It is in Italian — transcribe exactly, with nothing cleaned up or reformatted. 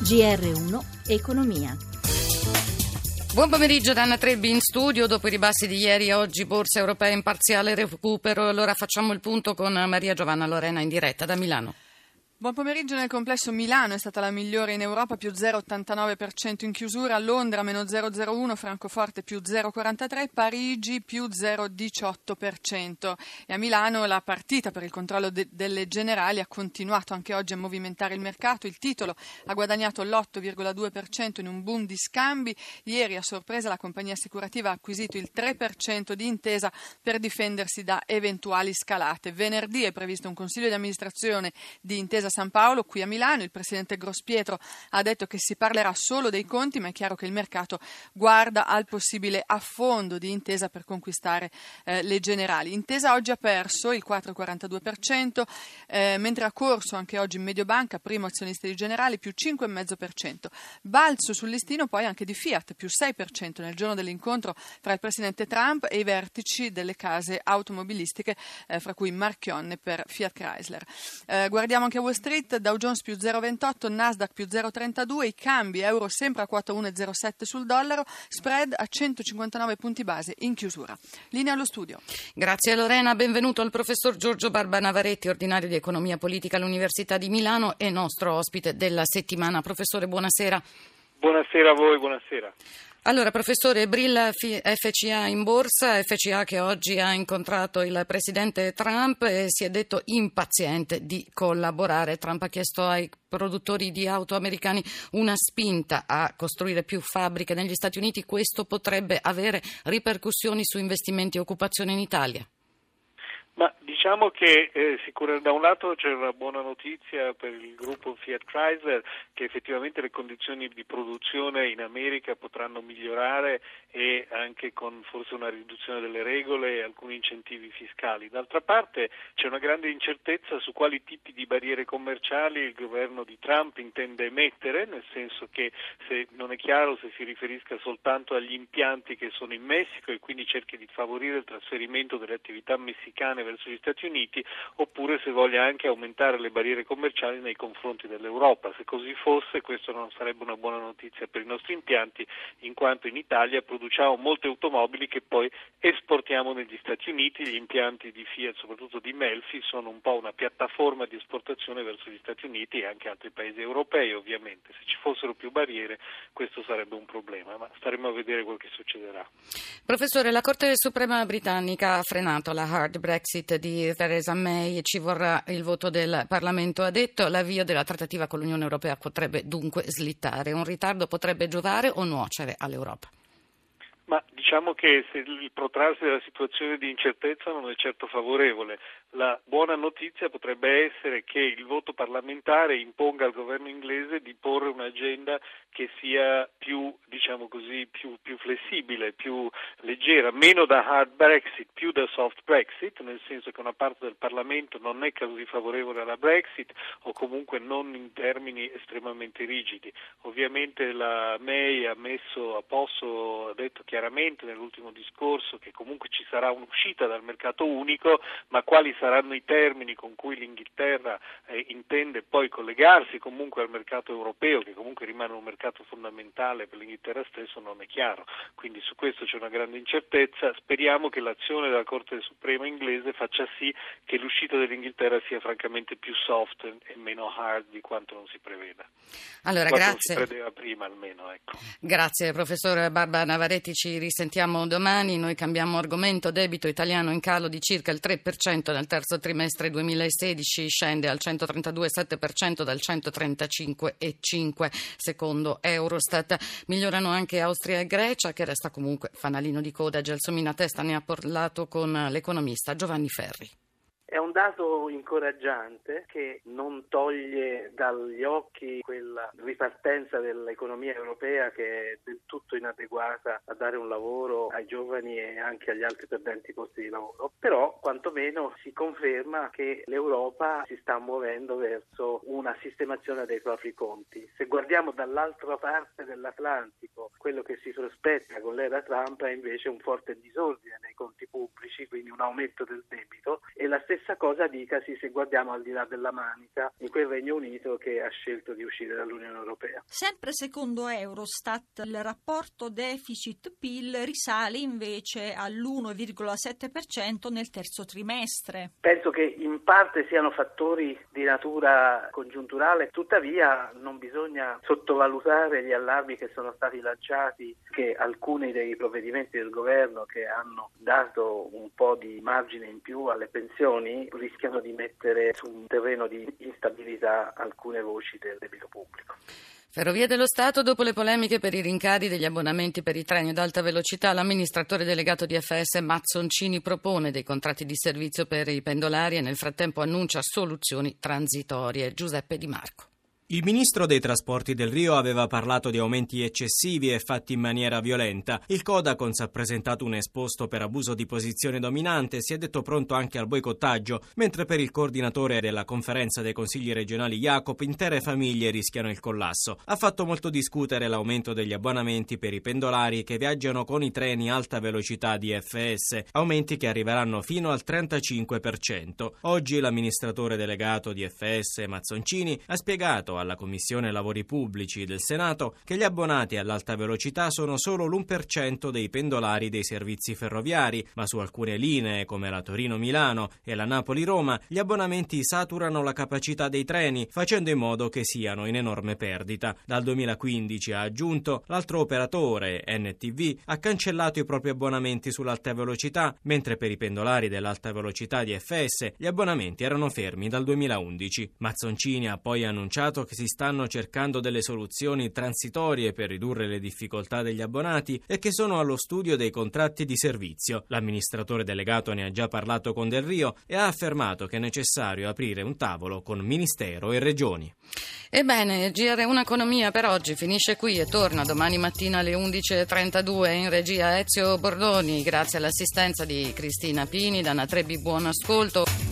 G R uno Economia. Buon pomeriggio da Anna Trebbi in studio. Dopo i ribassi di ieri, oggi borsa europea in parziale recupero. Allora facciamo il punto con Maria Giovanna Lorena in diretta da Milano. Buon pomeriggio. Nel complesso Milano è stata la migliore in Europa, più zero virgola ottantanove per cento in chiusura, Londra meno zero virgola zero uno, Francoforte più zero virgola quarantatré, Parigi più zero virgola diciotto per cento. E a Milano la partita per il controllo de- delle generali ha continuato anche oggi a movimentare il mercato. Il titolo ha guadagnato l'otto virgola due per cento in un boom di scambi. Ieri a sorpresa la compagnia assicurativa ha acquisito il tre per cento di Intesa per difendersi da eventuali scalate. Venerdì è previsto un consiglio di amministrazione di Intesa San Paolo qui a Milano. Il presidente Grospietro ha detto che si parlerà solo dei conti, ma è chiaro che il mercato guarda al possibile affondo di Intesa per conquistare eh, le generali. Intesa oggi ha perso il quattro virgola quarantadue per cento, eh, mentre ha corso anche oggi in Mediobanca, primo azionista di Generali, più cinque virgola cinque per cento. Balzo sul listino poi anche di Fiat, più sei per cento nel giorno dell'incontro fra il presidente Trump e i vertici delle case automobilistiche, eh, fra cui Marchionne per Fiat Chrysler. Eh, guardiamo anche a Wall Street, Dow Jones più zero virgola ventotto, Nasdaq più zero virgola trentadue, i cambi euro sempre a quota uno virgola zero sette sul dollaro, spread a centocinquantanove punti base in chiusura. Linea allo studio. Grazie Lorena, benvenuto al professor Giorgio Barba Navaretti, ordinario di economia politica all'Università di Milano e nostro ospite della settimana. Professore, buonasera. Buonasera a voi, buonasera. Allora, professore, brilla F C A in borsa, F C A che oggi ha incontrato il presidente Trump e si è detto impaziente di collaborare. Trump ha chiesto ai produttori di auto americani una spinta a costruire più fabbriche negli Stati Uniti. Questo potrebbe avere ripercussioni su investimenti e occupazione in Italia? Ma diciamo che eh, sicuramente da un lato c'è una buona notizia per il gruppo Fiat Chrysler, che effettivamente le condizioni di produzione in America potranno migliorare e anche con forse una riduzione delle regole e alcuni incentivi fiscali. D'altra parte c'è una grande incertezza su quali tipi di barriere commerciali il governo di Trump intende mettere, nel senso che se non è chiaro se si riferisca soltanto agli impianti che sono in Messico e quindi cerchi di favorire il trasferimento delle attività messicane verso gli Stati Uniti, oppure se voglia anche aumentare le barriere commerciali nei confronti dell'Europa. Se così fosse, questo non sarebbe una buona notizia per i nostri impianti, in quanto in Italia produciamo molte automobili che poi esportiamo negli Stati Uniti. Gli impianti di Fiat, soprattutto di Melfi, sono un po' una piattaforma di esportazione verso gli Stati Uniti e anche altri paesi europei, ovviamente. Se ci fossero più barriere, questo sarebbe un problema, ma staremo a vedere quel che succederà. Professore, la Corte Suprema britannica ha frenato la hard Brexit di Theresa May e ci vorrà il voto del Parlamento. Ha detto l'avvio della trattativa con l'Unione Europea potrebbe dunque slittare. Un ritardo potrebbe giovare o nuocere all'Europa? Ma diciamo che se il protrarsi della situazione di incertezza non è certo favorevole. La buona notizia potrebbe essere che il voto parlamentare imponga al governo inglese di porre un'agenda che sia più, diciamo così, più, più flessibile, più leggera, meno da hard Brexit, più da soft Brexit, nel senso che una parte del Parlamento non è così favorevole alla Brexit o comunque non in termini estremamente rigidi. Ovviamente la May ha messo a posto, ha detto chiaramente nell'ultimo discorso che comunque ci sarà un'uscita dal mercato unico, ma quali saranno i termini con cui l'Inghilterra eh, intende poi collegarsi comunque al mercato europeo, che comunque rimane un mercato fondamentale per l'Inghilterra stesso, non è chiaro. Quindi su questo c'è una grande incertezza. Speriamo che l'azione della Corte Suprema inglese faccia sì che l'uscita dell'Inghilterra sia francamente più soft e meno hard di quanto non si preveda. Allora, quanto grazie. non si prevedeva prima almeno, ecco. Grazie professor Barba Navaretti, ci risentiamo domani. Noi cambiamo argomento. Debito italiano in calo di circa il tre per cento nel terzo trimestre duemilasedici, scende al centotrentadue virgola sette per cento dal centotrentacinque virgola cinque per cento secondo Eurostat. Migliorano anche Austria e Grecia, che resta comunque fanalino di coda. Gelsomina Testa ne ha parlato con l'economista Giovanni Ferri. È un dato incoraggiante che non toglie dagli occhi quella ripartenza dell'economia europea che è del tutto inadeguata a dare un lavoro ai giovani e anche agli altri perdenti posti di lavoro. Però quantomeno si conferma che l'Europa si sta muovendo verso una sistemazione dei propri conti. Se guardiamo dall'altra parte dell'Atlantico, quello che si prospetta con l'era Trump è invece un forte disordine nei conti pubblici, quindi un aumento del debito, e la stessa cosa dicasi se guardiamo al di là della Manica, in quel Regno Unito che ha scelto di uscire dall'Unione Europea. Sempre secondo Eurostat, il rapporto deficit-P I L risale invece all'uno virgola sette per cento nel terzo trimestre. Penso che in parte siano fattori di natura congiunturale, tuttavia non bisogna sottovalutare gli allarmi che sono stati lanciati, che alcuni dei provvedimenti del governo che hanno dato un po' di margine in più alle pensioni rischiano di mettere su un terreno di instabilità alcune voci del debito pubblico. Ferrovie dello Stato, dopo le polemiche per i rincari degli abbonamenti per i treni ad alta velocità, l'amministratore delegato di F S Mazzoncini propone dei contratti di servizio per i pendolari e nel frattempo annuncia soluzioni transitorie. Giuseppe Di Marco. Il ministro dei trasporti Del Rio aveva parlato di aumenti eccessivi e fatti in maniera violenta. Il Codacons ha presentato un esposto per abuso di posizione dominante e si è detto pronto anche al boicottaggio, mentre per il coordinatore della conferenza dei consigli regionali Jacob intere famiglie rischiano il collasso. Ha fatto molto discutere l'aumento degli abbonamenti per i pendolari che viaggiano con i treni alta velocità di F S, aumenti che arriveranno fino al trentacinque per cento. Oggi l'amministratore delegato di F S Mazzoncini ha spiegato alla Commissione Lavori Pubblici del Senato che gli abbonati all'alta velocità sono solo l'uno per cento dei pendolari dei servizi ferroviari, ma su alcune linee come la Torino-Milano e la Napoli-Roma gli abbonamenti saturano la capacità dei treni, facendo in modo che siano in enorme perdita. Dal duemilaquindici, ha aggiunto, l'altro operatore, N T V, ha cancellato i propri abbonamenti sull'alta velocità, mentre per i pendolari dell'alta velocità di F S gli abbonamenti erano fermi dal duemilaundici. Mazzoncini ha poi annunciato che si stanno cercando delle soluzioni transitorie per ridurre le difficoltà degli abbonati e che sono allo studio dei contratti di servizio. L'amministratore delegato ne ha già parlato con Del Rio e ha affermato che è necessario aprire un tavolo con Ministero e Regioni. Ebbene, G R uno Economia per oggi finisce qui e torna domani mattina alle undici e trentadue in regia Ezio Bordoni. Grazie all'assistenza di Cristina Pini, Dana Trebbi, buon ascolto.